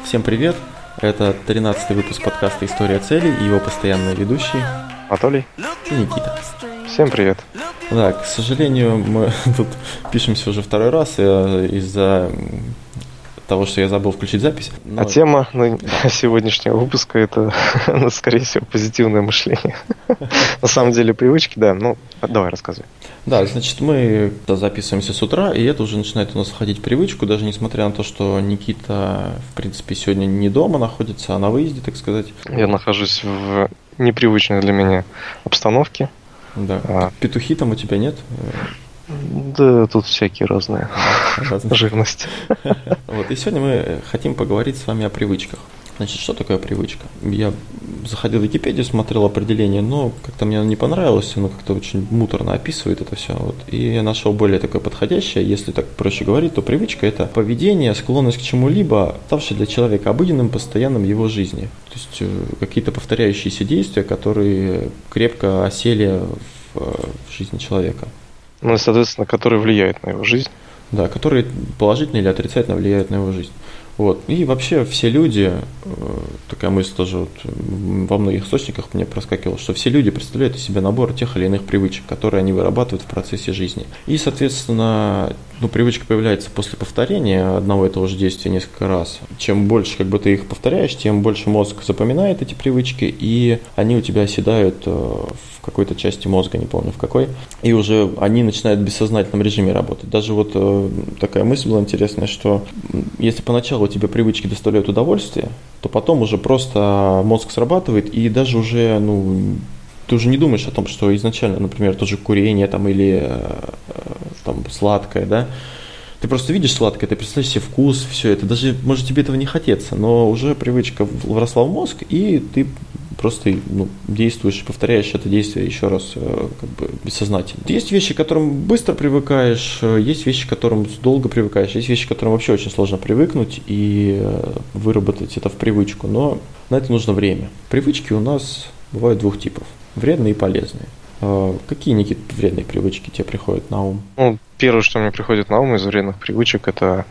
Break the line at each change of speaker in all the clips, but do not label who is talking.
Всем привет! Это 13-й выпуск подкаста «История целей» и его постоянные ведущие
Анатолий
и Никита.
Всем привет!
Да, к сожалению, мы тут пишемся уже второй раз из-за того, что я забыл включить запись.
Но... А тема сегодняшнего выпуска – это, скорее всего, позитивное мышление. На самом деле привычки, да. Ну, давай рассказывай.
Да, значит, мы записываемся с утра, и это уже начинает у нас входить в привычку, даже несмотря на то, что Никита, в принципе, сегодня не дома находится, а на выезде, так сказать.
Я нахожусь в непривычной для меня обстановке.
Да. Петухи там у тебя нет?
Да, тут всякие разные живности.
Вот, и сегодня мы хотим поговорить с вами о привычках. Значит, что такое привычка? Я заходил в Википедию, смотрел определение, но как-то мне оно не понравилось, оно как-то очень муторно описывает это все. Вот. И я нашел более такое подходящее, если так проще говорить, то привычка – это поведение, склонность к чему-либо, ставшее для человека обыденным, постоянным в его жизни. То есть какие-то повторяющиеся действия, которые крепко осели в жизни человека.
Ну и, соответственно, которые влияют на его жизнь.
Да, которые положительно или отрицательно влияют на его жизнь. Вот. И вообще все люди, такая мысль тоже вот во многих источниках мне проскакивала, что все люди представляют из себя набор тех или иных привычек, которые они вырабатывают в процессе жизни. И, соответственно, привычка появляется после повторения одного и того же действия несколько раз. Чем больше ты их повторяешь, тем больше мозг запоминает эти привычки, и они у тебя оседают в какой-то части мозга, не помню в какой, и уже они начинают в бессознательном режиме работать. Даже вот такая мысль была интересная, что если поначалу тебе привычки доставляют удовольствие, то потом уже просто мозг срабатывает, и даже уже, ты уже не думаешь о том, что изначально, например, тоже курение там, или там, сладкое, да, ты просто видишь сладкое, ты представляешь себе вкус, все это, даже, может, тебе этого не хотеться, но уже привычка вросла в мозг, и ты просто действуешь, повторяешь это действие еще раз бессознательно. Есть вещи, к которым быстро привыкаешь, есть вещи, к которым долго привыкаешь, есть вещи, к которым вообще очень сложно привыкнуть и выработать это в привычку, но на это нужно время. Привычки у нас бывают двух типов – вредные и полезные. Какие, Никит, вредные привычки тебе приходят на ум?
Первое, что мне приходит на ум из вредных привычек – это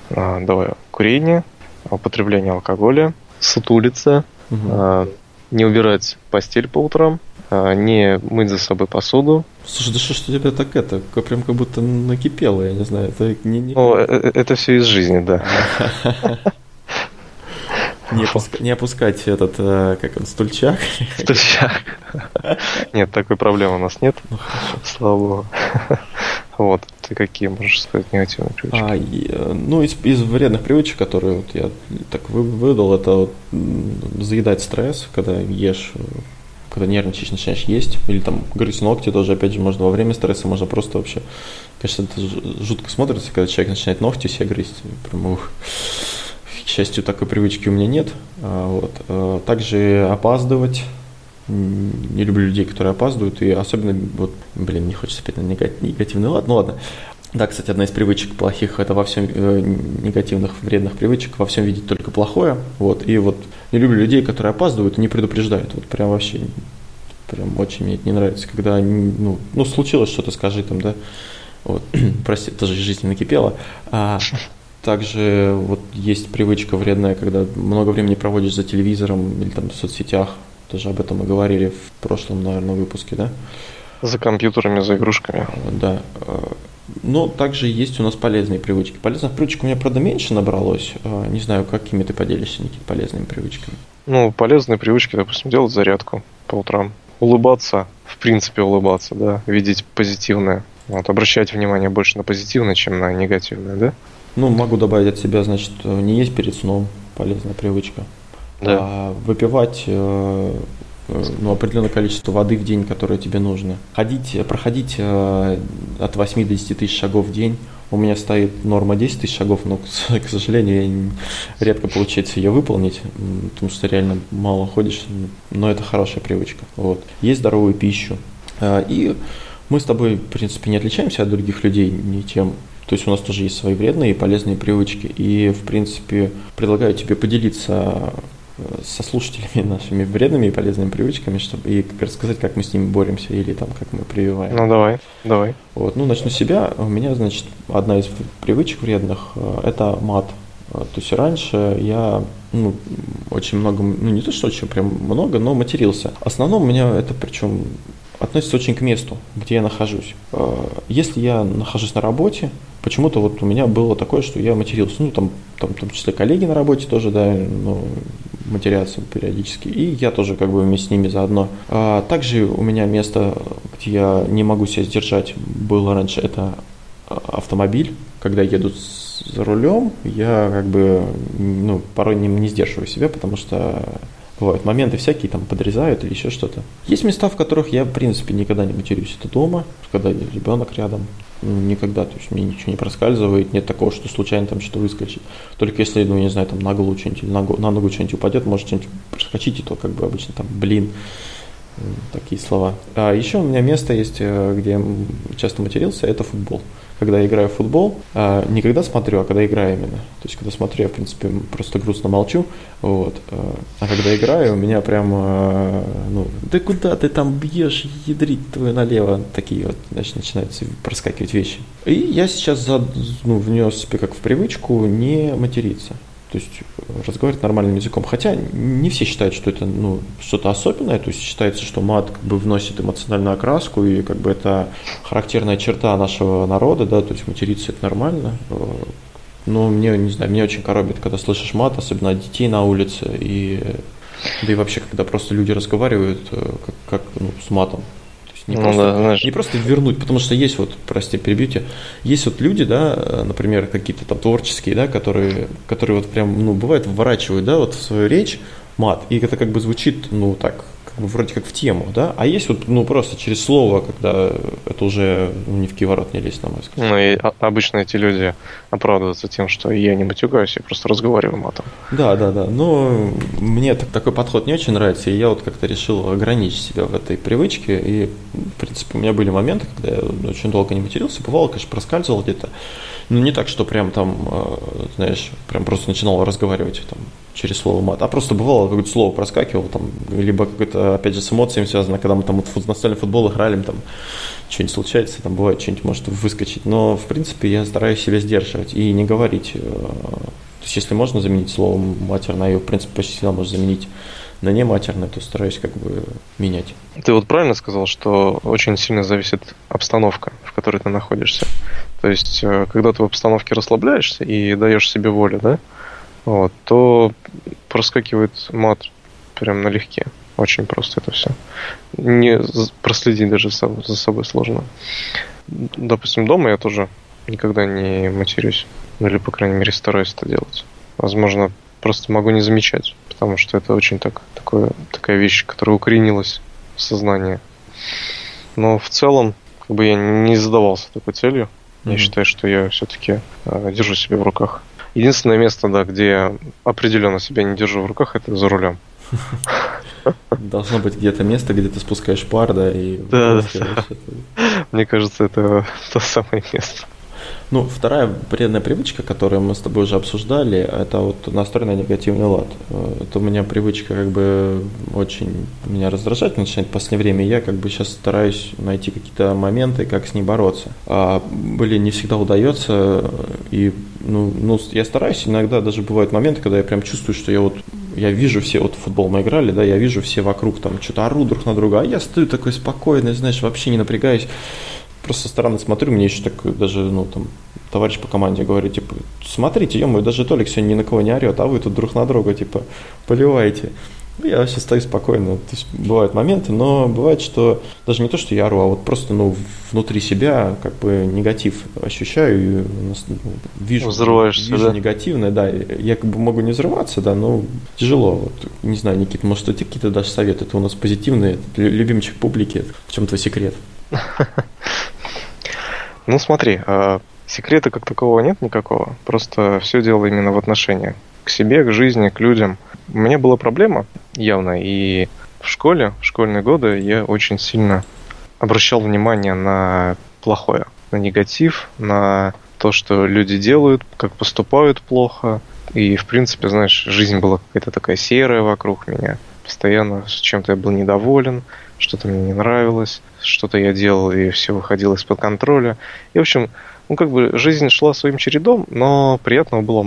курение, употребление алкоголя, сутулиться, не убирать постель по утрам, не мыть за собой посуду.
Слушай, да что тебя так прям как будто накипело, я не знаю. Это
это все из жизни, да.
Не опускать этот, стульчак.
Стульчак. Нет, такой проблемы у нас нет. Слава богу. Вот, ты какие можешь сказать негативные привычки?
Из вредных привычек, которые я так выдал, это заедать стресс, когда ешь, когда нервничаешь, начинаешь есть, или там грызть ногти тоже, опять же, можно во время стресса, можно просто вообще, конечно, это жутко смотрится, когда человек начинает ногти себе грызть, прям К счастью, такой привычки у меня нет. Также опаздывать. Не люблю людей, которые опаздывают, и особенно, не хочется опять на негативный лад, ладно. Да, кстати, одна из привычек плохих, это во всем, негативных, вредных привычек, во всем видеть только плохое, и не люблю людей, которые опаздывают и не предупреждают, прям вообще, прям очень мне это не нравится, когда, случилось что-то, скажи там, да, прости, тоже жизнь накипела, также есть привычка вредная, когда много времени проводишь за телевизором или там в соцсетях. Тоже об этом мы говорили в прошлом, наверное, выпуске, да?
За компьютерами, за игрушками.
Да. Но также есть у нас полезные привычки. Полезных привычек у меня, правда, меньше набралось. Не знаю, какими ты поделишься, Никита, полезными привычками?
Полезные привычки, допустим, делать зарядку по утрам. Улыбаться, в принципе, да, видеть позитивное. Обращать внимание больше на позитивное, чем на негативное, да?
Могу добавить от себя, значит, не есть перед сном, полезная привычка.
Да.
Выпивать определенное количество воды в день, которое тебе нужно. Проходить от 8 до 10 тысяч шагов в день. У меня стоит норма 10 тысяч шагов, но, к сожалению, редко получается ее выполнить, потому что реально мало ходишь, но это хорошая привычка. Есть здоровую пищу. И мы с тобой, в принципе, не отличаемся от других людей ничем. То есть у нас тоже есть свои вредные и полезные привычки. И, в принципе, предлагаю тебе поделиться со слушателями нашими вредными и полезными привычками, чтобы рассказать, как мы с ними боремся или там, как мы прививаем.
Давай.
Начну с себя. У меня, значит, одна из привычек вредных – это мат. То есть раньше я ну, очень много, ну, не то, что очень прям много, но матерился. В основном у меня это причем относится очень к месту, где я нахожусь. Если я нахожусь на работе, почему-то вот у меня было такое, что я матерился. Ну, там в том числе коллеги на работе тоже, да, ну, матерятся периодически. И я тоже как бы вместе с ними заодно. Также у меня место, где я не могу себя сдержать, было раньше, это автомобиль. Когда еду за рулем, я как бы, ну, порой не сдерживаю себя, потому что бывают моменты всякие, там, подрезают или еще что-то. Есть места, в которых я, в принципе, никогда не матерюсь. Это дома, когда ребенок рядом. Никогда, то есть мне ничего не проскальзывает, нет такого, что случайно там что-то выскочит. Только если, ну, не знаю, там на голову что-нибудь или на ногу что-нибудь упадет, может что-нибудь проскочить, и то как бы обычно там, блин, такие слова. А еще у меня место есть, где я часто матерился, это футбол. Когда я играю в футбол, не когда смотрю, а когда играю именно. То есть, когда смотрю, я, в принципе, просто грустно молчу. Вот. А когда играю, у меня прям, ну, да куда ты там бьешь, ядрить твою налево. Такие вот, значит, начинаются проскакивать вещи. И я сейчас внес себе как в привычку не материться. То есть разговаривать нормальным языком. Хотя не все считают, что это, ну, что-то особенное. То есть считается, что мат как бы вносит эмоциональную окраску, и как бы это характерная черта нашего народа, да, то есть материться это нормально. Но мне, не знаю, мне очень коробит, когда слышишь мат, особенно от детей на улице, да и вообще, когда просто люди разговаривают как ну, с матом. Не просто вернуть, потому что есть вот, прости, перебьете, есть вот люди, да, например, какие-то там творческие, да, которые вот прям, ну, бывает, вворачивают, да, вот в свою речь мат, и это как бы звучит, ну, так, как бы вроде как в тему, да, а есть вот, ну, просто через слово, когда это уже ни в какие ворот не лезет, на мой взгляд.
Ну, и обычно эти люди оправдываются тем, что я не матюгаюсь, я просто разговариваю матом.
Да, но мне такой подход не очень нравится, и я вот как-то решил ограничить себя в этой привычке, и, в принципе, у меня были моменты, когда я очень долго не матерился, бывало, конечно, проскальзывал где-то, но не так, что прям там, знаешь, прям просто начинал разговаривать там через слово мат, а просто бывало, какое-то слово проскакивало, там, либо какое-то, опять же, с эмоциями связано, когда мы там в настольный футбол играли, там, что-нибудь случается, там, бывает, что-нибудь может выскочить, но, в принципе, я стараюсь себя сдерживать и не говорить, то есть, если можно заменить слово матерное, ее, в принципе, почти всегда можно заменить на нематерное, то стараюсь как бы менять.
Ты вот правильно сказал, что очень сильно зависит обстановка, в которой ты находишься. То есть, когда ты в обстановке расслабляешься и даешь себе волю, да, вот, то проскакивает мат прям налегке. Очень просто это все. Не проследить даже за собой сложно. Допустим, дома я тоже никогда не матерюсь. Или, по крайней мере, стараюсь это делать. Возможно, просто могу не замечать, потому что это очень такая вещь, которая укоренилась в сознании. Но в целом, как бы я не задавался такой целью. Я считаю, что я все-таки держу себя в руках. Единственное место, да, где я определенно себя не держу в руках, это за рулем.
Должно быть где-то место, где ты спускаешь пар, да, и...
Да. Мне кажется, это то самое место.
Ну, вторая вредная привычка, которую мы с тобой уже обсуждали, это вот настрой на негативный лад. Это у меня привычка как бы очень меня раздражать начинает в последнее время. Я как бы сейчас стараюсь найти какие-то моменты, как с ней бороться. Не всегда удается. И, ну, я стараюсь, иногда даже бывают моменты, когда я прям чувствую, что я вижу все, вот в футбол мы играли, да, я вижу все вокруг там что-то орут друг на друга, а я стою такой спокойный, знаешь, вообще не напрягаюсь. Просто со стороны смотрю, мне еще так даже, ну, там, товарищ по команде говорит, типа, смотрите, ё-моё, даже Толик сегодня ни на кого не орет, а вы тут друг на друга, типа, поливаете. Я вообще стою спокойно. То есть бывают моменты, но бывает, что даже не то, что я ору, а вот просто, ну, внутри себя как бы негатив ощущаю, и вижу негативное, да. Я как бы могу не взрываться, да, но тяжело. Вот, не знаю, Никита, может, ты какие-то дашь советы? Это у нас позитивные, любимчик публики. В чем твой секрет?
Ну, смотри, секрета как такового нет никакого. Просто все дело именно в отношении к себе, к жизни, к людям. У меня была проблема явно, и в школьные годы я очень сильно обращал внимание на плохое, на негатив, на то, что люди делают, как поступают плохо. И, в принципе, знаешь, жизнь была какая-то такая серая вокруг меня. Постоянно с чем-то я был недоволен, что-то мне не нравилось, что-то я делал, и все выходило из-под контроля. И, в общем, ну, как бы жизнь шла своим чередом, но приятного было мало.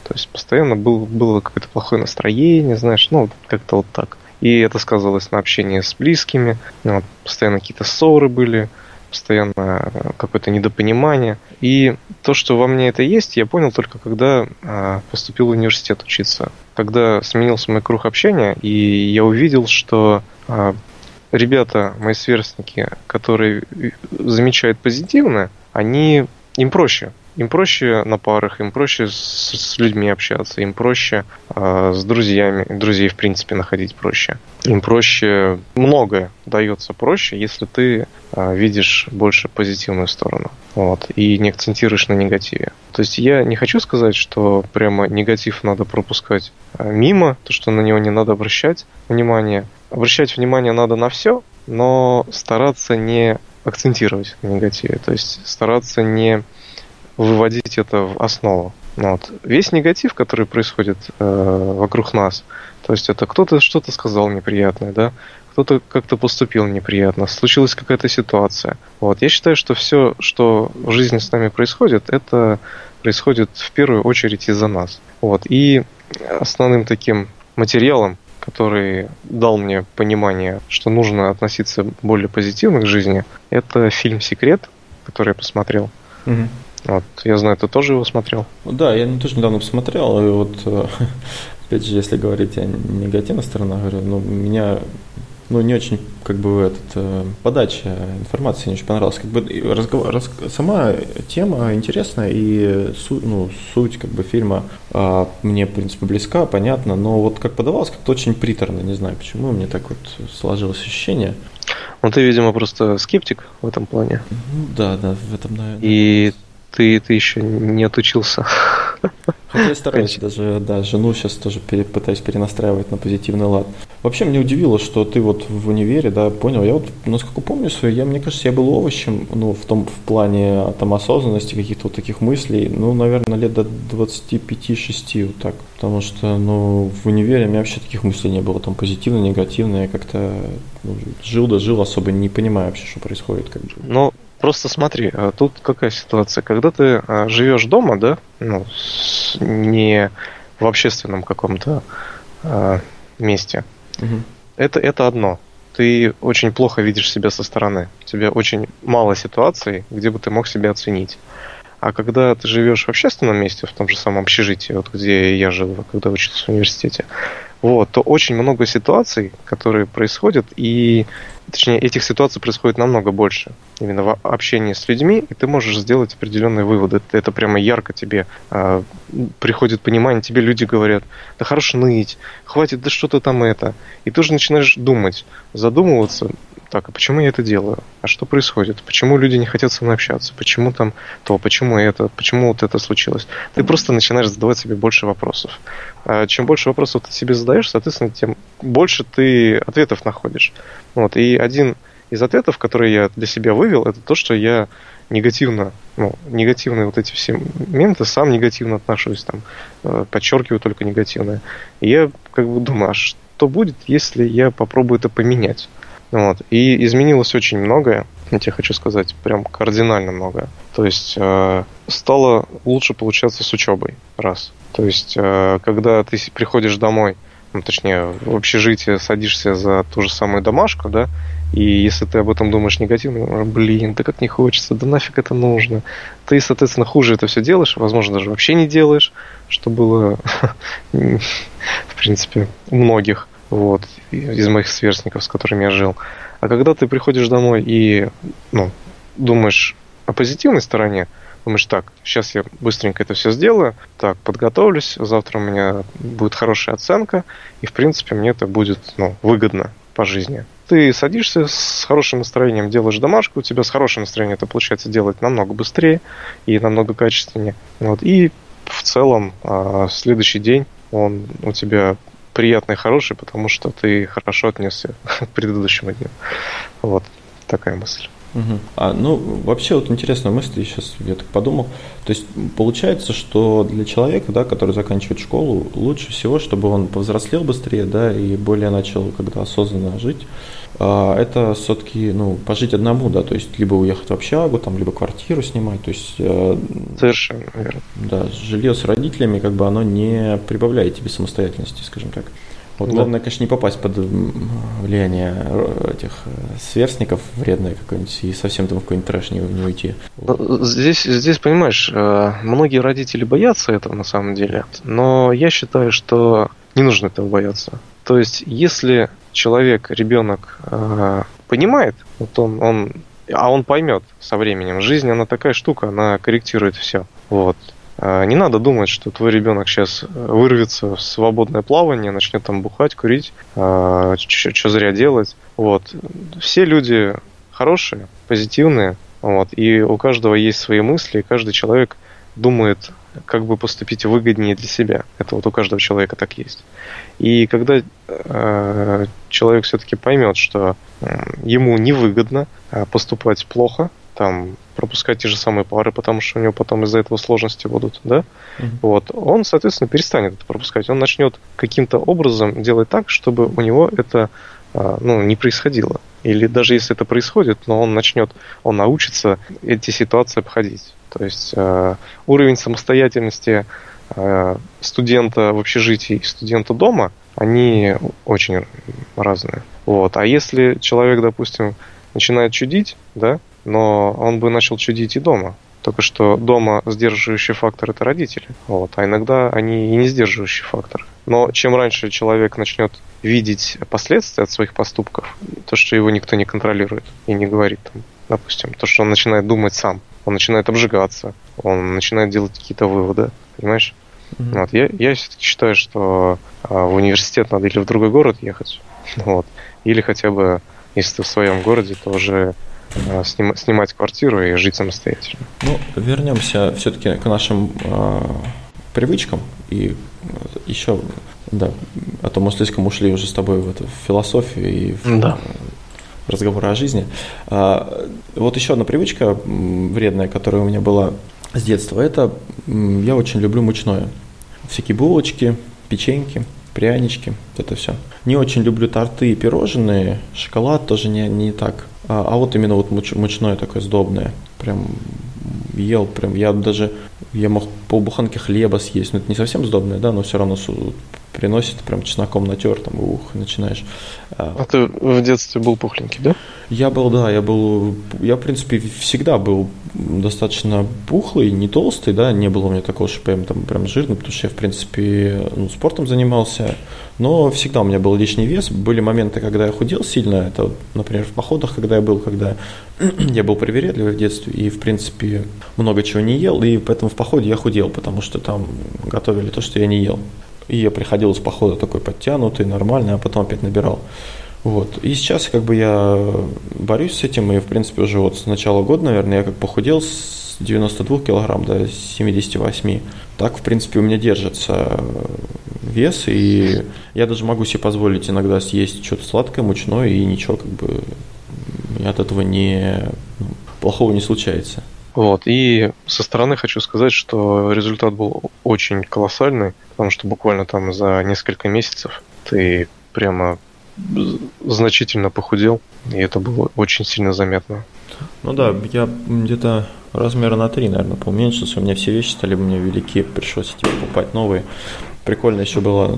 То есть постоянно было какое-то плохое настроение, знаешь, ну, как-то вот так. И это сказывалось на общении с близкими, вот, постоянно какие-то ссоры были, постоянно какое-то недопонимание. И то, что во мне это есть, я понял только когда поступил в университет учиться. Когда сменился мой круг общения, и я увидел, что ребята, мои сверстники, которые замечают позитивное, им проще. Им проще на парах, им проще с людьми общаться, им проще с друзьями, друзей в принципе находить проще. Им проще, многое дается проще, если ты видишь больше позитивную сторону, вот, и не акцентируешь на негативе. То есть я не хочу сказать, что прямо негатив надо пропускать мимо, то, что на него не надо обращать внимание. Обращать внимание надо на все, но стараться не акцентировать на негативе, то есть стараться не выводить это в основу. Вот. Весь негатив, который происходит вокруг нас, то есть это кто-то что-то сказал неприятное, да, кто-то как-то поступил неприятно, случилась какая-то ситуация. Вот. Я считаю, что все, что в жизни с нами происходит, это происходит в первую очередь из-за нас. Вот. И основным таким материалом, который дал мне понимание, что нужно относиться более позитивно к жизни, это фильм «Секрет», который я посмотрел. Угу. Вот, я знаю, ты тоже его смотрел?
Да, я тоже недавно посмотрел, и вот, опять же, если говорить о негативной стороне, говорю, меня, не очень, подача информации не очень понравилась, сама тема интересная, и суть, фильма мне, в принципе, близка, понятна, но вот как подавалось, как-то очень приторно, не знаю почему, мне так вот сложилось ощущение.
Ну, ты, видимо, просто скептик в этом плане.
Да, в этом, наверное.
И ты еще не отучился.
Хотя я стараюсь даже, жену сейчас тоже пытаюсь перенастраивать на позитивный лад. Вообще меня удивило, что ты вот в универе, понял, я вот, насколько помню, мне кажется, я был овощем, в плане осознанности, каких-то вот таких мыслей, наверное, лет до 25-6, вот так. Потому что, в универе у меня вообще таких мыслей не было, позитивно, негативно, я как-то жил, особо не понимаю вообще, что происходит.
Просто смотри, тут какая ситуация. Когда ты живешь дома, да, не в общественном каком-то месте, это одно. Ты очень плохо видишь себя со стороны. У тебя очень мало ситуаций, где бы ты мог себя оценить. А когда ты живешь в общественном месте, в том же самом общежитии, вот где я жил, когда учился в университете, то очень много ситуаций, которые происходят, и точнее, этих ситуаций происходит намного больше. Именно в общении с людьми, и ты можешь сделать определенные выводы. Это прямо ярко тебе приходит понимание, тебе люди говорят, да хорош ныть, хватит, да что-то там это. И ты уже начинаешь думать, задумываться, так, а почему я это делаю? А что происходит? Почему люди не хотят со мной общаться? Почему там то? Почему это? Почему вот это случилось? Ты просто начинаешь задавать себе больше вопросов. А чем больше вопросов ты себе задаешь, соответственно, тем больше ты ответов находишь. Вот. И один из ответов, который я для себя вывел, это то, что я негативные вот эти все моменты, сам негативно отношусь, подчеркиваю только негативное. И я думаю, а что будет, если я попробую это поменять? Вот. И изменилось очень многое, я тебе хочу сказать, прям кардинально многое. То есть стало лучше получаться с учебой, раз. То есть когда ты приходишь домой, точнее в общежитие, садишься за ту же самую домашку, да, и если ты об этом думаешь негативно, да как не хочется, да нафиг это нужно. Ты, соответственно, хуже это все делаешь, возможно, даже вообще не делаешь, что было, в принципе, у многих. Вот, из моих сверстников, с которыми я жил. А когда ты приходишь домой и думаешь о позитивной стороне, думаешь, так, сейчас я быстренько это все сделаю, так, подготовлюсь, завтра у меня будет хорошая оценка, и, в принципе, мне это будет выгодно по жизни. Ты садишься с хорошим настроением, делаешь домашку, у тебя с хорошим настроением это получается делать намного быстрее и намного качественнее. Вот, и в целом следующий день он у тебя приятный и хороший, потому что ты хорошо отнесся к предыдущему дню. Вот такая мысль.
Ну, вообще вот интересная мысль, сейчас я так подумал. То есть получается, что для человека, да, который заканчивает школу, лучше всего, чтобы он повзрослел быстрее, да, и более начал когда осознанно жить. Это все-таки, пожить одному, да, то есть либо уехать в общагу, там, либо квартиру снимать, то есть
Совершенно верно.
да, жилье с родителями, как бы оно не прибавляет тебе самостоятельности, скажем так. Вот, главное, конечно, не попасть под влияние этих сверстников вредных какой-нибудь и совсем там в какой-нибудь трэш не уйти.
Здесь, понимаешь, многие родители боятся этого на самом деле, но я считаю, что не нужно этого бояться. То есть, если человек, ребенок понимает, вот он поймет со временем. Жизнь, она такая штука, она корректирует все. Вот. Не надо думать, что твой ребенок сейчас вырвется в свободное плавание, начнет там бухать, курить, что зря делать. Вот. Все люди хорошие, позитивные, вот, и у каждого есть свои мысли, и каждый человек думает, как бы поступить выгоднее для себя. Это вот у каждого человека так есть. И когда человек все-таки поймет, что ему невыгодно поступать плохо, там, пропускать те же самые пары, потому что у него потом из-за этого сложности будут, да? Вот, он, соответственно, перестанет это пропускать. Он начнет каким-то образом делать так, чтобы у него это не происходило. Или даже если это происходит, но он научится эти ситуации обходить. То есть уровень самостоятельности студента в общежитии и студента дома, они очень разные. Вот. А если человек, допустим, начинает чудить, да, но он бы начал чудить и дома. Только что дома сдерживающий фактор – это родители. Вот. А иногда они и не сдерживающий фактор. Но чем раньше человек начнет видеть последствия от своих поступков, то, что его никто не контролирует и не говорит, там, допустим, то, что он начинает думать сам, он начинает обжигаться, он начинает делать какие-то выводы, понимаешь? Вот. Я все-таки считаю, что в университет надо или в другой город ехать, вот, или хотя бы, если ты в своем городе, то уже снимать квартиру и жить самостоятельно.
Вернемся все-таки к нашим привычкам и еще, да, а то мы слишком ушли уже с тобой в философию и в разговоры о жизни. Вот еще одна привычка вредная, которая у меня была с детства, это я очень люблю мучное. Всякие булочки, печеньки, прянички, это все. Не очень люблю торты и пирожные, шоколад тоже не так. А вот именно вот мучное такое сдобное. Прям ел, я мог полбуханки хлеба съесть. Это не совсем сдобное, да, но все равно приносит, прям чесноком натер, там, начинаешь.
А ты в детстве был пухленький, да?
Я, в принципе, всегда был достаточно пухлый, не толстый, да, не было у меня такого, что прям жирный, потому что я, в принципе, спортом занимался, но всегда у меня был лишний вес. Были моменты, когда я худел сильно, это, например, в походах, когда я был привередливый в детстве и, в принципе, много чего не ел, и поэтому в походе я худел, потому что там готовили то, что я не ел. И я приходил из похода такой подтянутый, нормальный, а потом опять набирал. Вот. И сейчас я борюсь с этим, и, в принципе, уже вот с начала года, наверное, я похудел с 92 килограмм до 78. Так, в принципе, у меня держится вес, и я даже могу себе позволить иногда съесть что-то сладкое, мучное, и ничего, от этого плохого не случается.
Вот, и со стороны хочу сказать, что результат был очень колоссальный, потому что буквально там за несколько месяцев ты прямо значительно похудел, и это было очень сильно заметно.
Да, я где-то размера на 3, наверное, поуменьшился, у меня все вещи стали мне велики, пришлось покупать новые. Прикольно еще было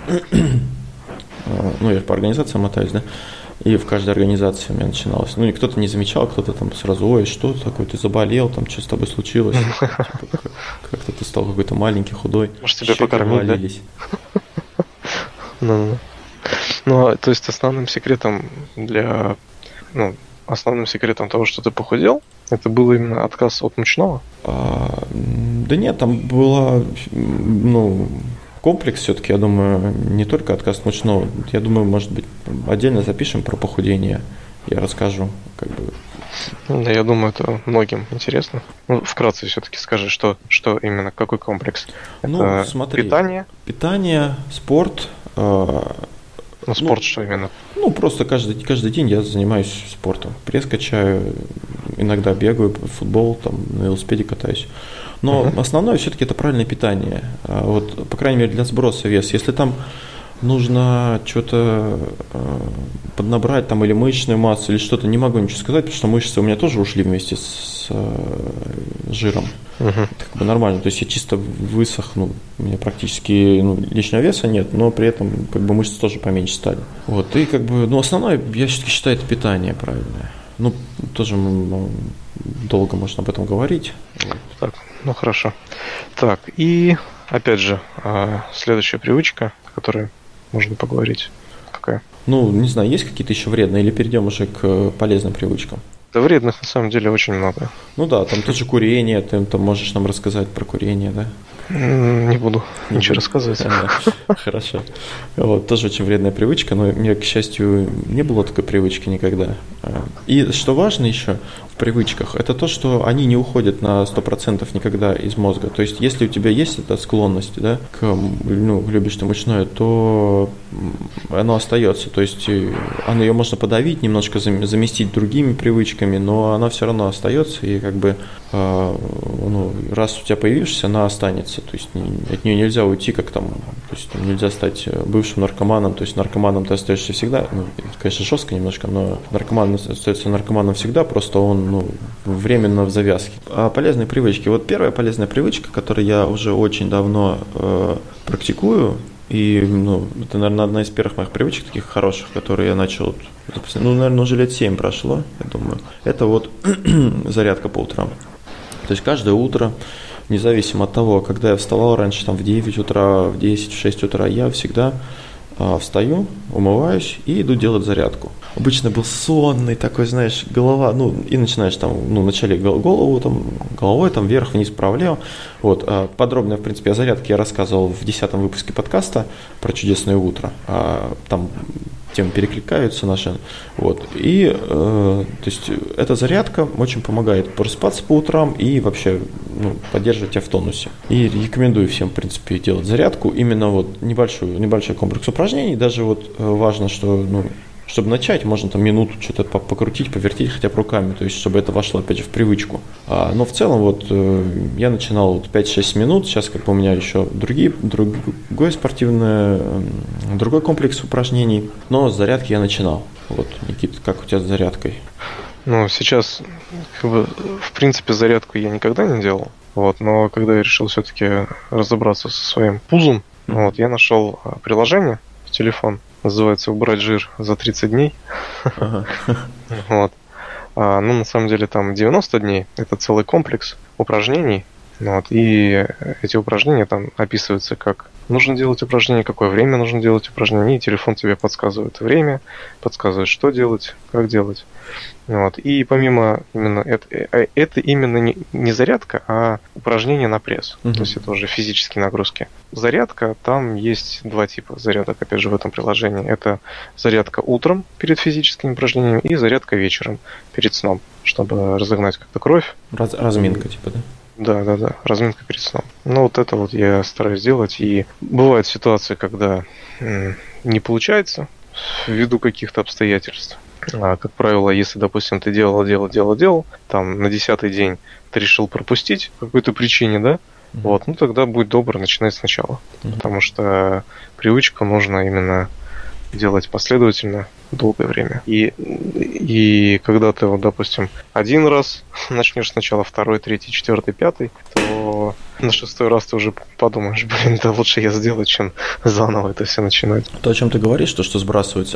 я по организациям мотаюсь, да, и в каждой организации у меня начиналось. Кто-то не замечал, кто-то там сразу, ой, что такое, ты заболел, там, что с тобой случилось? Как-то ты стал какой-то маленький, худой.
Может, тебя покормить, да? То есть основным секретом того, что ты похудел, это был именно отказ от мучного?
Да нет, там было, комплекс все-таки, я думаю, не только отказ от мучного. Я думаю, может быть, отдельно запишем про похудение. Я расскажу,
Да, я думаю, это многим интересно. Вкратце все-таки скажи, что именно, какой комплекс?
Смотри.
Питание?
Питание, спорт,
Ну, спорт что именно?
Ну, просто каждый день я занимаюсь спортом. Пресс качаю, иногда бегаю, футбол, там, на велосипеде катаюсь. Но основное все-таки это правильное питание. Вот, по крайней мере, для сброса веса. Если там нужно что-то поднабрать там, или мышечную массу, или что-то, не могу ничего сказать, потому что мышцы у меня тоже ушли вместе с жиром. Это как бы нормально. То есть я чисто высохну, у меня практически лишнего веса нет, но при этом как бы мышцы тоже поменьше стали. Вот. И как бы, основное, я все-таки считаю, это питание правильное. Тоже долго можно об этом говорить.
Так, хорошо. Так, и опять же, следующая привычка, о которой можно поговорить. Какая?
Не знаю, есть какие-то еще вредные, или перейдем уже к полезным привычкам?
Да, вредных на самом деле очень много.
Да, там тоже курение, ты там можешь нам рассказать про курение, да?
Не буду ничего рассказывать.
Хорошо. Вот, тоже очень вредная привычка, но у меня, к счастью, не было такой привычки никогда. И что важно еще в привычках, это то, что они не уходят на 100% никогда из мозга. То есть, если у тебя есть эта склонность, да, любишь ты мучное, то оно остается. То есть, ее можно подавить, немножко заместить другими привычками, но она все равно остается, и как бы раз у тебя появившаяся, она останется. То есть от нее нельзя уйти, как там, то есть нельзя стать бывшим наркоманом. То есть наркоманом ты остаешься всегда. Конечно, жестко немножко, но наркоман остается наркоманом всегда, просто он временно в завязке. А полезные привычки. Вот первая полезная привычка, которую я уже очень давно практикую, и это, наверное, одна из первых моих привычек, таких хороших, которые я начал, наверное, уже лет 7 прошло, я думаю. Это вот зарядка по утрам. То есть каждое утро, независимо от того, когда я вставал раньше, там в 9 утра, в 10, в 6 утра, я всегда встаю, умываюсь и иду делать зарядку. Обычно был сонный такой, знаешь, голова, и начинаешь там, вначале головой там вверх-вниз, вправо-влево. Вот, подробно, в принципе, о зарядке я рассказывал в 10-м выпуске подкаста про чудесное утро. Там темы перекликаются наши. Вот. И, то есть, эта зарядка очень помогает просыпаться по утрам и вообще поддерживать тебя в тонусе. И рекомендую всем, в принципе, делать зарядку. Именно вот небольшой комплекс упражнений. Даже вот важно, что, чтобы начать, можно там минуту что-то покрутить, повертеть хотя бы руками, то есть чтобы это вошло опять же в привычку. Но в целом вот я начинал 5-6 минут, сейчас как бы у меня еще другой комплекс упражнений, но с зарядки я начинал. Вот, Никита, как у тебя с зарядкой?
Сейчас, в принципе, зарядку я никогда не делал, но когда я решил все-таки разобраться со своим пузом, я нашел приложение в телефон. Называется «Убрать жир за 30 дней». На самом деле там 90 дней. Это целый комплекс упражнений. И эти упражнения там описываются, как нужно делать упражнения, какое время нужно делать упражнения. И телефон тебе подсказывает время, подсказывает, что делать, как делать. И помимо именно это именно не зарядка, а упражнения на пресс. То есть это уже физические нагрузки. Зарядка, там есть два типа зарядок, опять же, в этом приложении. Это зарядка утром перед физическими упражнениями и зарядка вечером перед сном, чтобы разогнать как-то кровь.
Разминка типа, да?
Да, разминка перед сном. Это я стараюсь делать. И бывают ситуации, когда не получается ввиду каких-то обстоятельств. Как правило, если, допустим, ты делал, там на 10-й день ты решил пропустить по какой-то причине, да? Тогда будь добр, начинай сначала. Потому что привычку нужно именно делать последовательно долгое время. И когда ты, допустим, один раз начнешь сначала, второй, третий, четвертый, пятый, то на 6-й раз ты уже подумаешь, да лучше я сделаю, чем заново это все начинать.
То, о чем ты говоришь, что сбрасывается,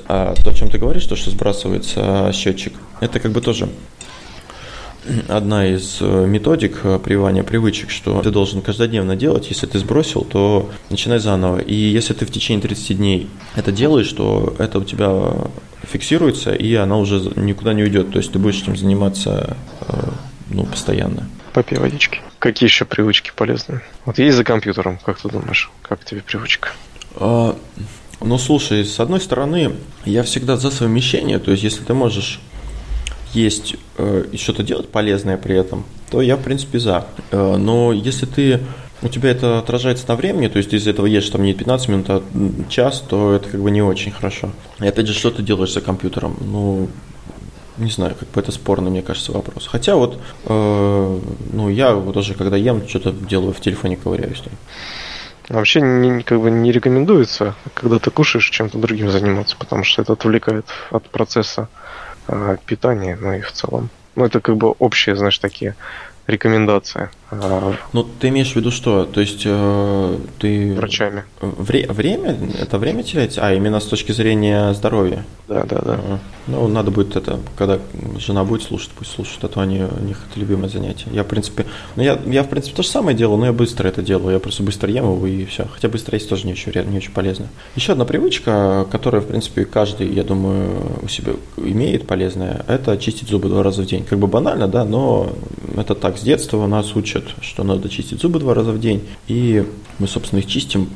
счетчик, это как бы тоже одна из методик прививания привычек, что ты должен каждодневно делать. Если ты сбросил, то начинай заново. И если ты в течение 30 дней это делаешь, то это у тебя фиксируется, и она уже никуда не уйдет. То есть ты будешь этим заниматься постоянно.
Попей водички. Какие еще привычки полезные? Есть за компьютером, как ты думаешь? Как тебе привычка?
Слушай, с одной стороны, я всегда за совмещение. То есть если ты можешь есть и что-то делать полезное при этом, то я, в принципе, за. Но если ты У тебя это отражается на времени, то есть ты из этого ешь там не 15 минут, а час, то это как бы не очень хорошо. И опять же, что ты делаешь за компьютером? Ну, не знаю, как бы это спорный, мне кажется, вопрос. Хотя вот, я вот даже когда ем, что-то делаю, в телефоне ковыряюсь.
Вообще как бы не рекомендуется, когда ты кушаешь, чем-то другим заниматься, потому что это отвлекает от процесса питания, ну и в целом. Ну, это как бы общие, знаешь, такие рекомендации.
Ну, ты имеешь в виду что? То есть ты...
Врачами.
Время? Это время теряется? А, именно с точки зрения здоровья?
Да.
Ну, надо будет это, когда жена будет слушать, пусть слушает, а то у них это любимое занятие. Я, в принципе, то же самое делаю, но я быстро это делаю. Я просто быстро ем его и все. Хотя быстро есть тоже не очень полезно. Еще одна привычка, которая, в принципе, каждый, я думаю, у себя имеет полезная, это чистить зубы 2 раза в день. Как бы банально, да, но это так, с детства нас учат, что надо чистить зубы 2 раза в день, и мы, собственно, их чистим.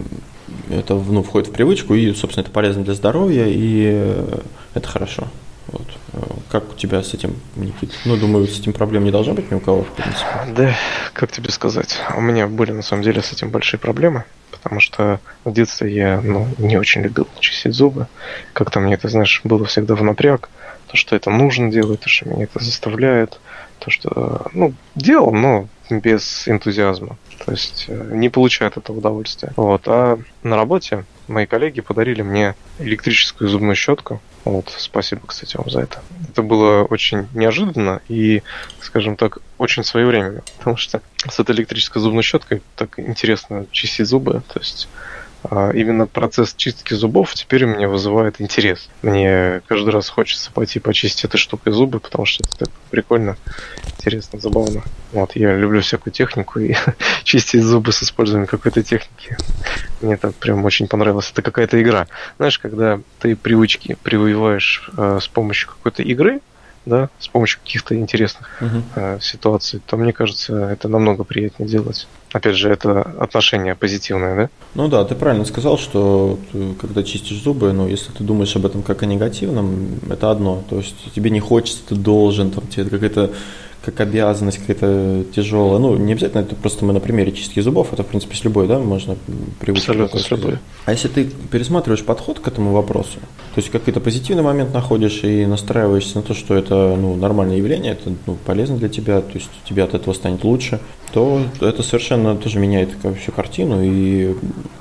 Это входит в привычку, и, собственно, это полезно для здоровья, и это хорошо. Вот. Как у тебя с этим, Никит? Ну, думаю, с этим проблем не должно быть ни у кого, в принципе.
Да, как тебе сказать? У меня были, на самом деле, с этим большие проблемы, потому что в детстве я не очень любил чистить зубы. Как-то мне это, знаешь, было всегда в напряг. То, что это нужно делать, то, что меня это заставляет. То, что, делал, но без энтузиазма. То есть не получает этого удовольствия. Вот. А на работе мои коллеги подарили мне электрическую зубную щетку. Вот. Спасибо, кстати, вам за это. Это было очень неожиданно и, скажем так, очень своевременно. Потому что с этой электрической зубной щеткой так интересно чистить зубы. То есть именно процесс чистки зубов теперь у меня вызывает интерес. Мне каждый раз хочется пойти почистить этой штукой зубы, потому что это так прикольно, интересно, забавно. Вот, я люблю всякую технику, и чистить зубы с использованием какой-то техники мне так прям очень понравилось. Это какая-то игра. Знаешь, когда ты привычки прививаешь с помощью какой-то игры, да, с помощью каких-то интересных ситуаций, то, мне кажется, это намного приятнее делать. Опять же, это отношение позитивное, да?
Ну да, ты правильно сказал, что когда чистишь зубы, если ты думаешь об этом как о негативном, это одно. То есть тебе не хочется, ты должен, тебе какая-то как обязанность какая-то тяжелая. Не обязательно, это просто мы на примере чистки зубов, это, в принципе, с любой, да, можно привычку.
Абсолютно с любой.
А если ты пересматриваешь подход к этому вопросу, то есть какой-то позитивный момент находишь и настраиваешься на то, что это нормальное явление, это полезно для тебя, то есть тебе от этого станет лучше, то это совершенно тоже меняет всю картину, и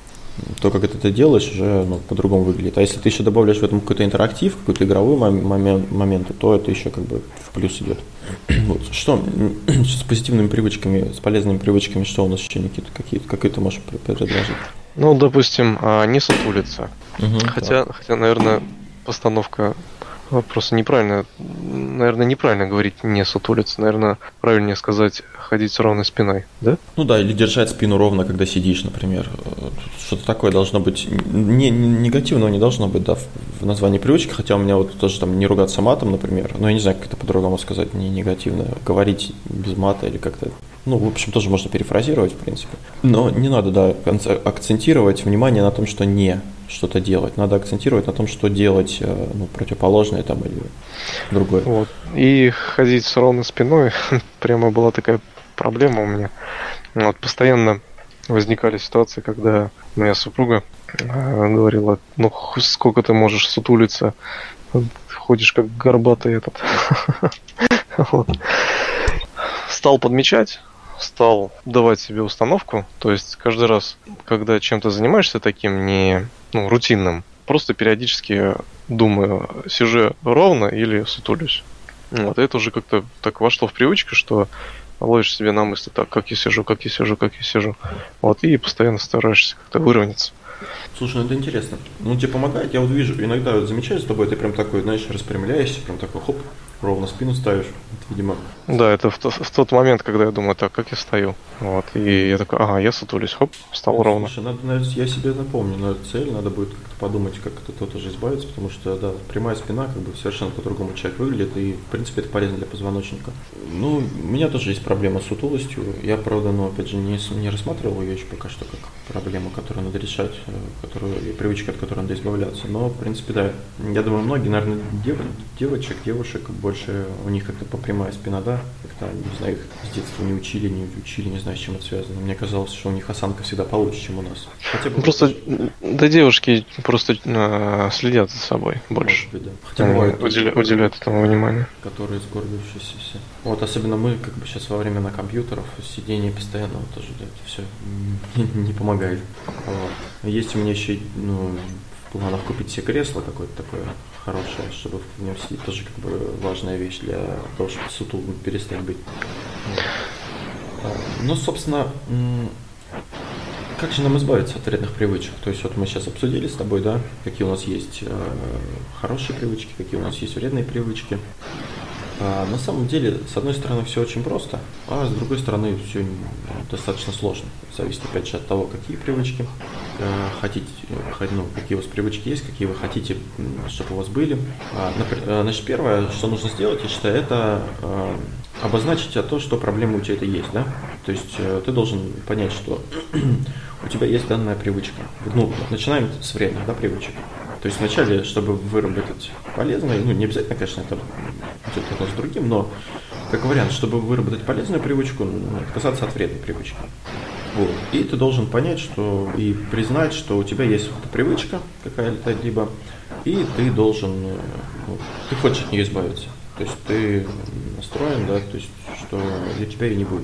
то, как ты делаешь, уже по-другому выглядит. А если ты еще добавляешь в этом какой-то интерактив, какой-то игровой момент, то это еще как бы в плюс идет. Вот. Что с позитивными привычками, с полезными привычками, что у нас еще, Никита, какие ты можешь предложить?
Допустим, не сутулиться. Хотя, наверное, постановка вопроса неправильная. Наверное, неправильно говорить не сутулиться. Наверное, правильнее сказать ходить с ровной спиной, да?
Или держать спину ровно, когда сидишь, например. Что-то такое должно быть. Негативного не должно быть, да, в названии привычки, хотя у меня вот тоже там не ругаться матом, например. Но я не знаю, как это по-другому сказать, не негативно. Говорить без мата или как-то. В общем, тоже можно перефразировать, в принципе. Но не надо, да, акцентировать внимание на том, что не что-то делать. Надо акцентировать на том, что делать противоположное там или другое.
Вот. И ходить с ровной спиной прямо была такая проблема у меня. Вот, постоянно возникали ситуации, когда моя супруга говорила: сколько ты можешь сутулиться, ходишь как горбатый этот. Стал подмечать, стал давать себе установку, то есть каждый раз, когда чем-то занимаешься таким не рутинным, просто периодически думаю, сижу ровно или сутулюсь. Вот, и это уже как-то так вошло в привычку, что ловишь себе на мысли: так, как я сижу. Вот, и постоянно стараешься как-то выровняться.
Слушай, это интересно. Тебе помогает? Я вот вижу, иногда замечаю за тобой, ты прям такой, знаешь, распрямляешься, прям такой, хоп, ровно спину ставишь, видимо.
Да, это в тот момент, когда я думаю: так, как я стою. Вот, и я такой: я сутулюсь, хоп, встал ровно.
Слушай, надо, я себе напомню, на эту цель надо будет как-то подумать, как от этого тоже избавиться, потому что, да, прямая спина, как бы совершенно по-другому человек выглядит, и, в принципе, это полезно для позвоночника. У меня тоже есть проблема с сутулостью. Я, правда, опять же, не рассматривал ее еще пока что как проблему, которую надо решать, привычка, от которой надо избавляться. Но, в принципе, да, я думаю, многие, наверное, девушек больше у них как-то по прямой прямая спина, да, как-то, не знаю, их с детства не учили, не знаю, с чем это связано. Мне казалось, что у них осанка всегда получше, чем у нас. Хотя бы
Просто, да, девушки просто следят за собой больше.
Может быть, да. Хотя бывают
уделяют этому внимание.
Которые сгорбившиеся все. Вот, особенно мы, как бы сейчас во время на компьютерах, сидение постоянно тоже, да, это все не помогает. Вот. Есть у меня еще, в планах купить себе кресло какое-то такое хорошее, чтобы в нем сидеть. Тоже как бы важная вещь для того, чтобы сутулым перестать быть. Вот. Ну, собственно, как же нам избавиться от вредных привычек? То есть вот мы сейчас обсудили с тобой, да, какие у нас есть хорошие привычки, какие у нас есть вредные привычки. На самом деле, с одной стороны, все очень просто, а с другой стороны, все достаточно сложно. Зависит, опять же, от того, какие привычки хотите, какие у вас привычки есть, какие вы хотите, чтобы у вас были. Значит, первое, что нужно сделать, я считаю, это обозначить то, что проблема у тебя это есть, да? То есть ты должен понять, что у тебя есть данная привычка. Начинаем с вредных, да, привычек. То есть вначале, чтобы выработать полезную, не обязательно, конечно, это идет одно с другим, но как вариант, чтобы выработать полезную привычку, отказаться от вредной привычки. Вот. И ты должен понять, что и признать, что у тебя есть эта привычка какая-либо, и ты должен, ты хочешь от нее избавиться. То есть ты настроен, да, то есть, что для тебя ее не будет.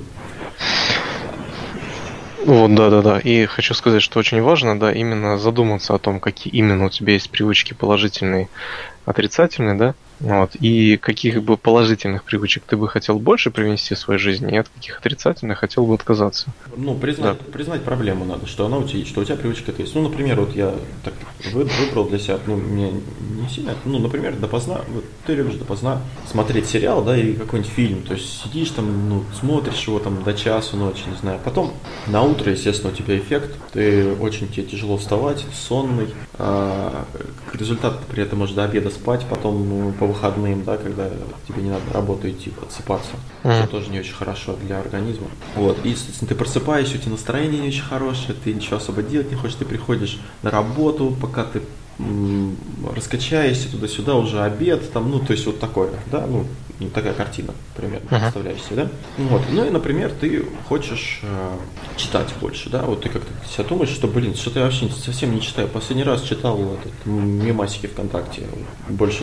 Вот, да. И хочу сказать, что очень важно, да, именно задуматься о том, какие именно у тебя есть привычки положительные, отрицательные, да, вот, и каких бы положительных привычек ты бы хотел больше привнести в свою жизнь, и от каких отрицательных хотел бы отказаться.
Признать проблему надо, что она у тебя есть, что у тебя привычка есть. Например, вот я так выбрал для себя, мне не сильно, например, допоздна, вот ты любишь допоздна смотреть сериал, да, и какой-нибудь фильм, то есть сидишь там, смотришь его там до часу ночи, не знаю, потом на утро, естественно, у тебя эффект, тебе тяжело вставать, сонный, как результат при этом можешь до обеда спать, потом по выходным, да, когда тебе не надо на работу идти, отсыпаться. Это тоже не очень хорошо для организма. Вот. И, естественно, ты просыпаешься, у тебя настроение не очень хорошее, ты ничего особо делать не хочешь, ты приходишь на работу, пока ты раскачаешься туда-сюда, уже обед, то есть вот такое, да, такая картина примерно представляешь себе, да? Вот. И, например, ты хочешь читать больше, да, вот ты как-то себя думаешь, что, что-то я вообще совсем не читаю. Последний раз читал мемасики ВКонтакте, больше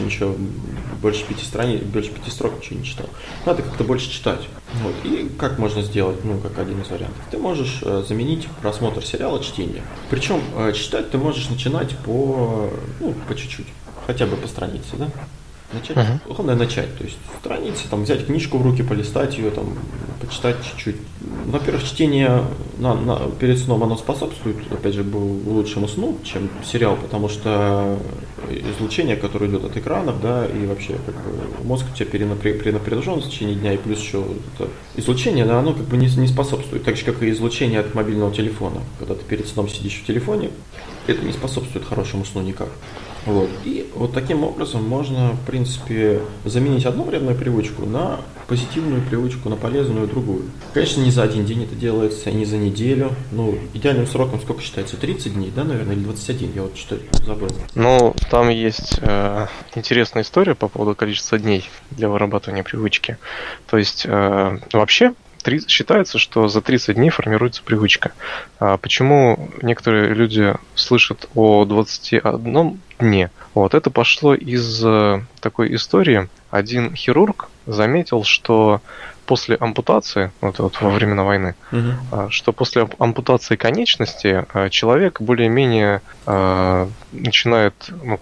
5 страниц, больше 5 строк ничего не читал. Надо как-то больше читать. Вот. И как можно сделать, как один из вариантов? Ты можешь заменить просмотр сериала чтением. Причем читать ты можешь начинать по чуть-чуть, хотя бы по странице, да? Главное начать, то есть страницы, взять книжку в руки, полистать ее, почитать чуть-чуть. Во-первых, чтение перед сном оно способствует, опять же, лучшему сну, чем сериал, потому что излучение, которое идет от экранов, да, и вообще мозг у тебя перенапряжен в течение дня, и плюс еще это излучение, да, оно не способствует, так же, как и излучение от мобильного телефона. Когда ты перед сном сидишь в телефоне, это не способствует хорошему сну никак. Вот. И вот таким образом можно, в принципе, заменить одну вредную привычку на позитивную привычку, на полезную другую. Конечно, не за один день это делается, не за неделю. Идеальным сроком сколько считается? 30 дней, да, наверное, или 21? Я вот что-то забыл.
Там есть интересная история по поводу количества дней для вырабатывания привычки. То есть, вообще, считается, что за 30 дней формируется привычка. Почему некоторые люди слышат о 21 дне? Вот это пошло из такой истории. Один хирург заметил, что после ампутации, вот во времена войны, что после ампутации конечности человек более-менее начинает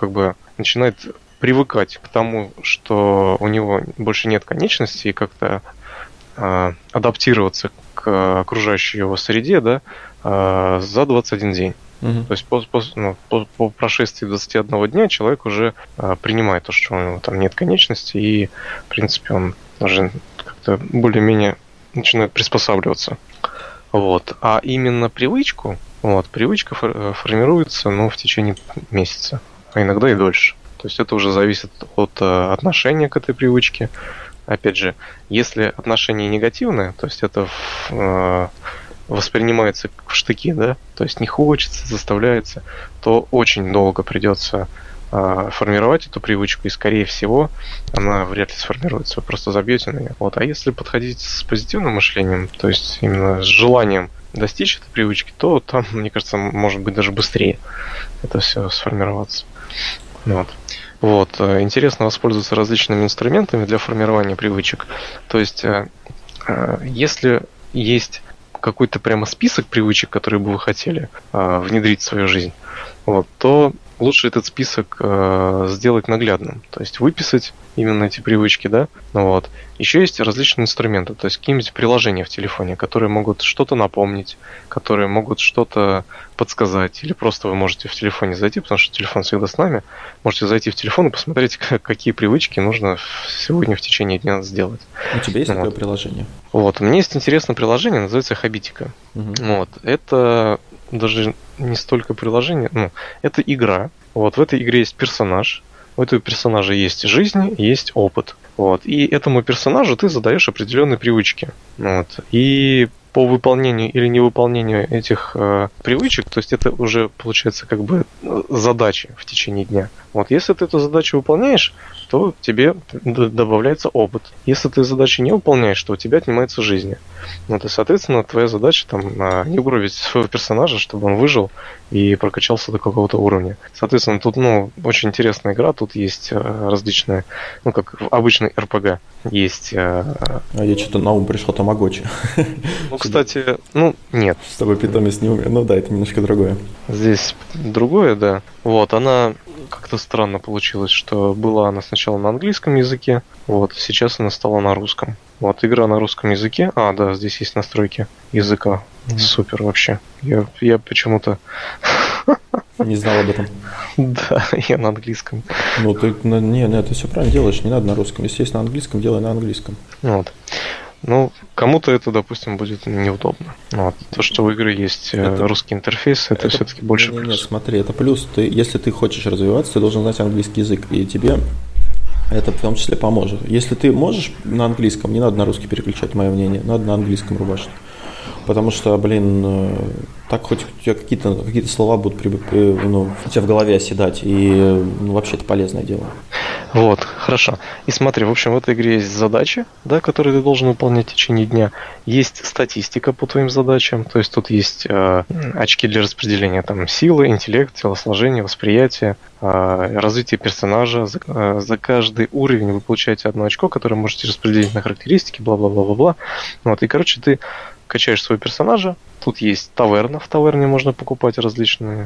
привыкать к тому, что у него больше нет конечности, и как-то адаптироваться к окружающей его среде, да, за 21 день. То есть по прошествии 21 дня человек уже принимает то, что у него там нет конечности, и, в принципе, он уже как-то более-менее начинает приспосабливаться. Вот. А именно привычка формируется в течение месяца, а иногда и дольше. То есть это уже зависит от отношения к этой привычке. Опять же, если отношение негативное, то есть это воспринимается в штыки, да, то есть не хочется, заставляется, то очень долго придется формировать эту привычку, и, скорее всего, она вряд ли сформируется, вы просто забьете на нее. Вот. А если подходить с позитивным мышлением, то есть именно с желанием достичь этой привычки, то там, мне кажется, может быть даже быстрее это все сформироваться. Вот. Интересно воспользоваться различными инструментами для формирования привычек. То есть, если есть какой-то прямо список привычек, которые бы вы хотели внедрить в свою жизнь, вот, то лучше этот список сделать наглядным, то есть выписать именно эти привычки, да, вот. Еще есть различные инструменты, то есть какие-нибудь приложения в телефоне, которые могут что-то напомнить, которые могут что-то подсказать, или просто вы можете в телефоне зайти, потому что телефон всегда с нами, можете зайти в телефон и посмотреть, какие привычки нужно сегодня в течение дня сделать.
У тебя есть такое приложение?
Вот, у меня есть интересное приложение, называется Хабитика. Вот, это даже не столько приложение, это игра. Вот, в этой игре есть персонаж. У этого персонажа есть жизнь, есть опыт. Вот, и этому персонажу ты задаешь определенные привычки. Вот, и по выполнению или невыполнению этих привычек, то есть это уже получается как бы задачи в течение дня. Вот, если ты эту задачу выполняешь, то тебе добавляется опыт. Если ты задачи не выполняешь, то у тебя отнимается жизнь. Вот, и, соответственно, твоя задача там не угробить своего персонажа, чтобы он выжил и прокачался до какого-то уровня. Соответственно, тут очень интересная игра, тут есть различные, как в обычной РПГ есть.
А я что-то на ум пришел Тамагочи.
Кстати, нет.
С тобой питомец не умер. Да, это немножко другое.
Здесь другое, да. Вот, она как-то странно получилось, что была она сначала на английском языке, вот, сейчас она стала на русском. Вот, игра на русском языке. Да, здесь есть настройки языка. Супер вообще. Я почему-то...
Не знал об этом.
Да, я на английском.
Ты все правильно делаешь, не надо на русском. Если есть на английском, делай на английском.
Вот. Кому-то это, допустим, будет неудобно. Вот. То, что в игре есть русский интерфейс, это все-таки больше плюс.
Нет, смотри, это плюс. Если ты хочешь развиваться, ты должен знать английский язык, и тебе это в том числе поможет. Если ты можешь на английском, не надо на русский переключать, мое мнение, надо на английском рубашить. Потому что, так хоть у тебя какие-то слова будут у тебя в голове оседать, и вообще это полезное дело.
Вот, хорошо. И смотри, в общем, в этой игре есть задачи, да, которые ты должен выполнять в течение дня. Есть статистика по твоим задачам, то есть тут есть очки для распределения там силы, интеллект, телосложение, восприятие, развитие персонажа. За каждый уровень вы получаете одно очко, которое можете распределить на характеристики, бла-бла-бла-бла-бла. Вот, и, короче, ты качаешь своего персонажа. Тут есть таверна, в таверне можно покупать различные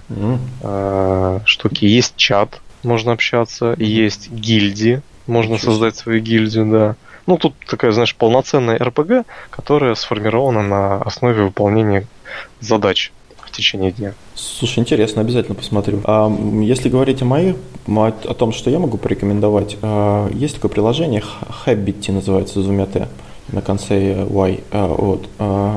штуки. Есть чат, можно общаться. Есть гильдии, можно создать свою гильдию, да. Тут такая, знаешь, полноценная РПГ, которая сформирована на основе выполнения задач в течение дня.
Слушай, интересно, обязательно посмотрю. Если говорить о том, что я могу порекомендовать, есть такое приложение, Habitty называется, с двумя Т. На конце Y. Вот.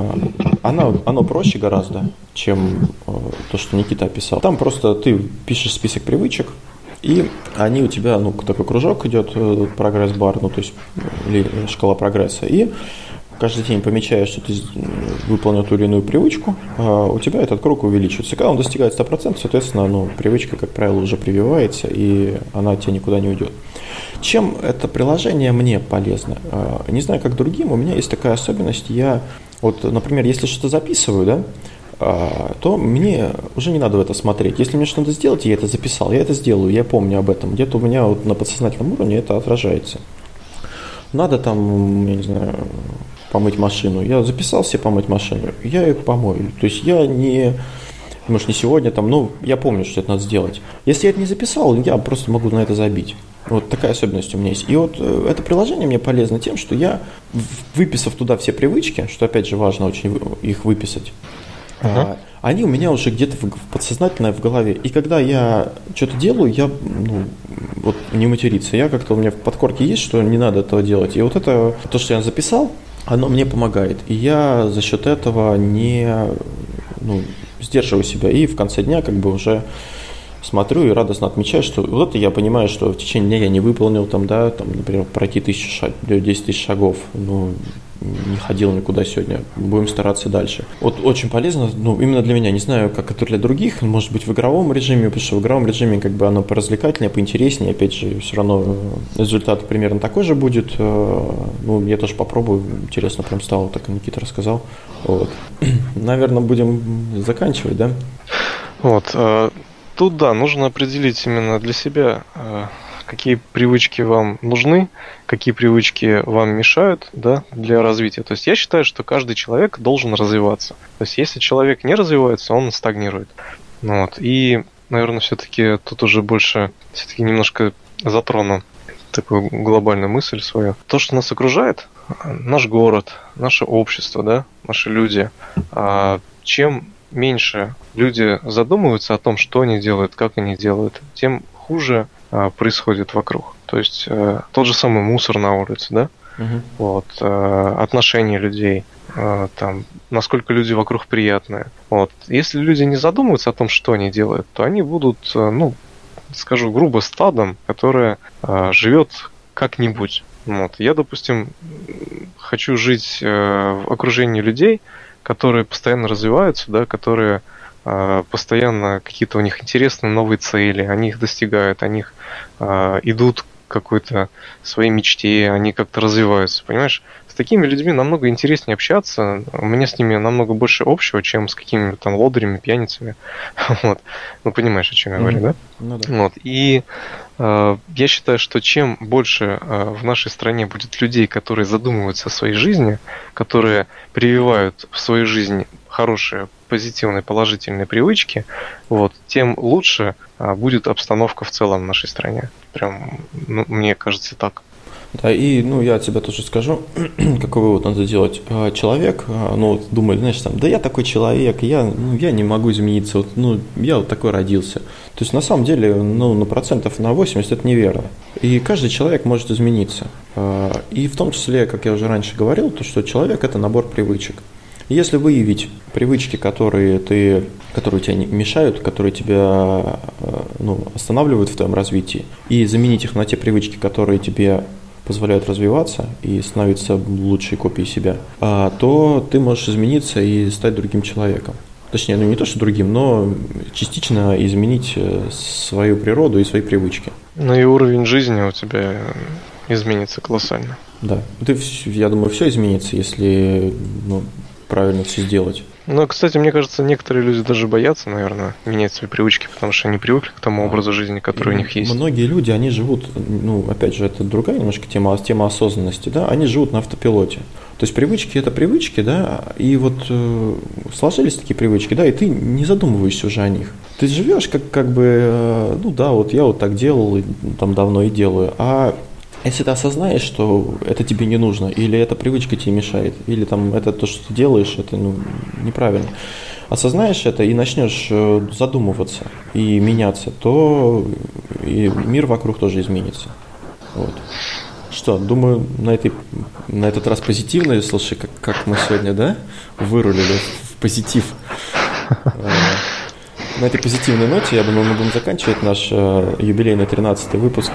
Оно проще гораздо, чем то, что Никита описал. Там просто ты пишешь список привычек, и они у тебя, такой кружок идет, прогресс-бар, то есть или шкала прогресса, и каждый день помечаешь, что ты выполнил ту или иную привычку, у тебя этот круг увеличивается. Когда он достигает 100%, соответственно, привычка, как правило, уже прививается, и она от тебя никуда не уйдет. Чем это приложение мне полезно? Не знаю, как другим, у меня есть такая особенность. Я, например, если что-то записываю, да, то мне уже не надо в это смотреть. Если мне что-то надо сделать, я это записал, я это сделаю, я помню об этом. Где-то у меня на подсознательном уровне это отражается. Надо там, я не знаю, помыть машину. Я записал себе помыть машину, я ее помою. То есть я может, не сегодня, я помню, что это надо сделать. Если я это не записал, я просто могу на это забить. Вот такая особенность у меня есть. И это приложение мне полезно тем, что я, выписав туда все привычки, что опять же важно очень их выписать, они у меня уже где-то подсознательно в голове. И когда я что-то делаю, я не материться. У меня в подкорке есть, что не надо этого делать. И это, то, что я записал, оно мне помогает. И я за счет этого не сдерживаю себя. И в конце дня уже смотрю и радостно отмечаю, что это я понимаю, что в течение дня я не выполнил, например, пройти 10 тысяч шагов. не ходил никуда сегодня, будем стараться дальше. Вот очень полезно, ну, именно для меня, не знаю, как это для других, может быть, в игровом режиме, потому что в игровом режиме как бы оно поразвлекательнее, поинтереснее, опять же, все равно результат примерно такой же будет. Ну, я тоже попробую, интересно прям стало, так Никита рассказал. Вот. Наверное, будем заканчивать, да?
Вот, тут, да, нужно определить именно для себя, какие привычки вам нужны, какие привычки вам мешают, да, для развития. То есть я считаю, что каждый человек должен развиваться. То есть если человек не развивается, он стагнирует. Вот. И, наверное, все-таки тут уже больше, все-таки немножко затрону такую глобальную мысль свою. То, что нас окружает, наш город, наше общество, да, наши люди, чем меньше люди задумываются о том, что они делают, как они делают, тем хуже происходит вокруг. То есть тот же самый мусор на улице, да? Вот, отношения людей, там, насколько люди вокруг приятные. Вот. Если люди не задумываются о том, что они делают, то они будут, ну, скажу грубо, стадом, которое живет как-нибудь. Вот. Я, допустим, хочу жить в окружении людей, которые постоянно развиваются, да, которые постоянно какие-то у них интересные новые цели, они их достигают, они идут к какой-то своей мечте, они как-то развиваются, понимаешь? С такими людьми намного интереснее общаться, у меня с ними намного больше общего, чем с какими-то там лодырями, пьяницами. Вот. Ну, понимаешь, о чем я говорю, да?
Ну, да.
Вот. И я считаю, что чем больше в нашей стране будет людей, которые задумываются о своей жизни, которые прививают в свою жизнь хорошие, позитивные, положительные привычки, вот, тем лучше будет обстановка в целом в нашей стране. Прям, ну, мне кажется, так.
Да, и, ну, я от себя тоже скажу, какой вывод надо делать. Человек, ну, думает, знаешь, там, да я такой человек, я не могу измениться, вот, ну, я вот такой родился. То есть, на самом деле, ну, на 80% это неверно. И каждый человек может измениться. И в том числе, как я уже раньше говорил, то, что человек – это набор привычек. Если выявить привычки, которые тебе мешают, которые тебя, ну, останавливают в твоем развитии, и заменить их на те привычки, которые тебе позволяют развиваться и становиться лучшей копией себя, то ты можешь измениться и стать другим человеком. Точнее, ну не то, что другим, но частично изменить свою природу и свои привычки.
Ну и уровень жизни у тебя изменится колоссально.
Да, я думаю, все изменится, если, ну, правильно все сделать.
Ну, кстати, мне кажется, некоторые люди даже боятся, наверное, менять свои привычки, потому что они привыкли к тому образу жизни, который у них есть.
Многие люди, они живут, ну, опять же, это другая немножко тема осознанности, да, они живут на автопилоте. То есть привычки – это привычки, да, и вот сложились такие привычки, да, и ты не задумываешься уже о них. Ты живешь как бы, ну да, вот я вот так делал, там давно и делаю, а если ты осознаешь, что это тебе не нужно, или эта привычка тебе мешает, или там это то, что ты делаешь, это, ну, неправильно, осознаешь это и начнешь задумываться и меняться, то и мир вокруг тоже изменится. Вот. Что, думаю, на этот раз позитивно, слушай, как мы сегодня, да, вырулили в позитив. На этой позитивной ноте, я думаю, мы будем заканчивать наш юбилейный 13-й выпуск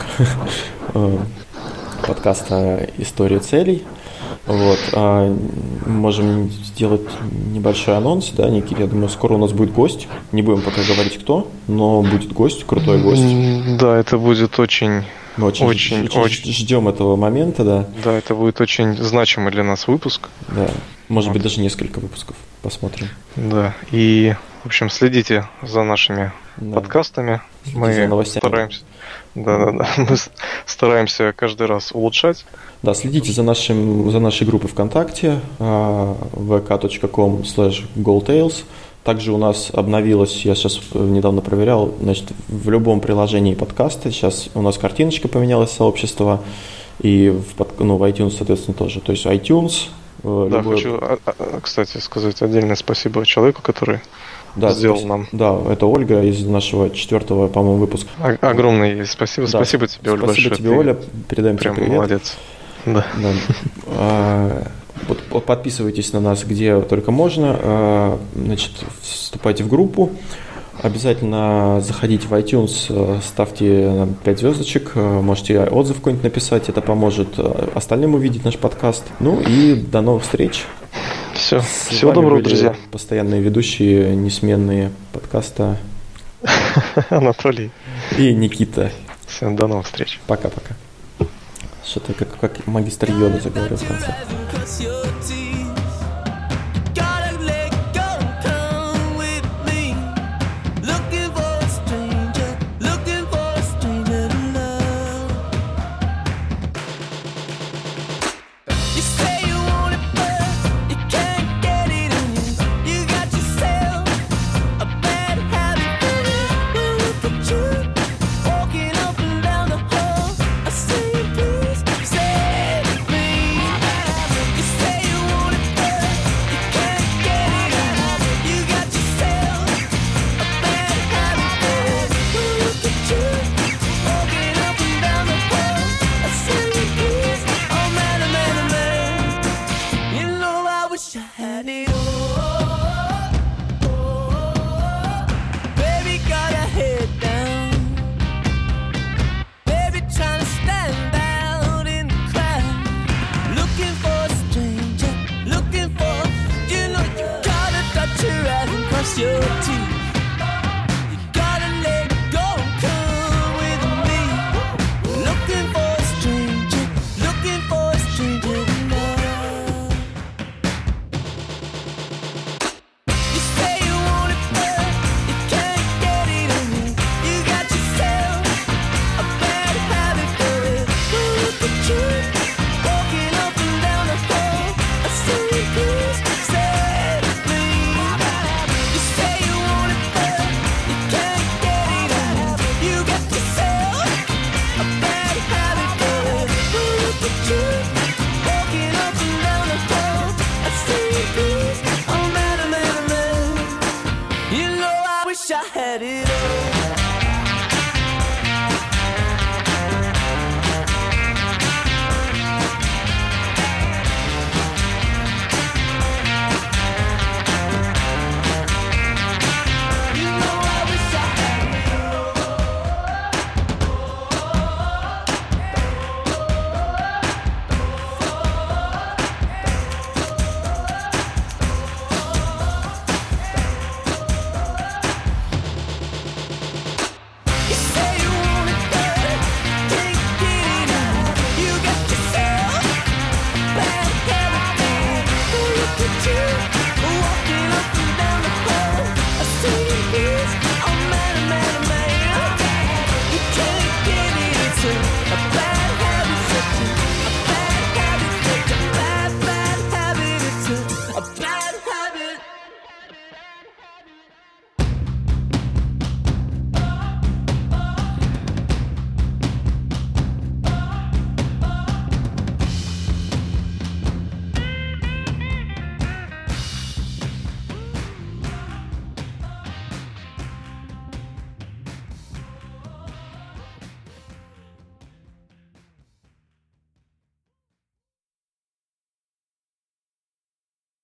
подкаста «История целей». Вот. Можем сделать небольшой анонс, да, Никита? Я думаю, скоро у нас будет гость. Не будем пока говорить, кто, но будет гость, крутой гость.
Да, это будет очень
ждем этого момента, да.
Да, это будет очень значимый для нас выпуск.
Да, может быть, даже несколько выпусков. Посмотрим.
Да, и, в общем, следите за нашими подкастами. Мы
за новостями.
Стараемся. Мы стараемся каждый раз улучшать.
Да, следите за нашей группой ВКонтакте vk.com/goldtales. Также у нас обновилось, я сейчас недавно проверял, значит, в любом приложении подкаста сейчас у нас картиночка поменялась, сообщество, и в iTunes, соответственно, тоже. То есть iTunes.
Да, хочу, кстати, сказать отдельное спасибо человеку, который сделал нам. Да,
это Ольга из нашего 4-го, по-моему, выпуска.
Огромное спасибо. Да, спасибо тебе, Оля, большое.
Спасибо тебе, Оля. Передаем тебе привет.
Молодец. Да.
Вот, подписывайтесь на нас где только можно. Значит, вступайте в группу. Обязательно заходите в iTunes, ставьте нам 5 звездочек, можете отзыв какой-нибудь написать, это поможет остальным увидеть наш подкаст. Ну и до новых встреч.
Все, всего доброго, друзья.
Постоянные ведущие, несменные подкаста
Анатолий
и Никита.
Всем до новых встреч.
Пока-пока. Что-то как магистр Йода заговорил в конце. Your teeth.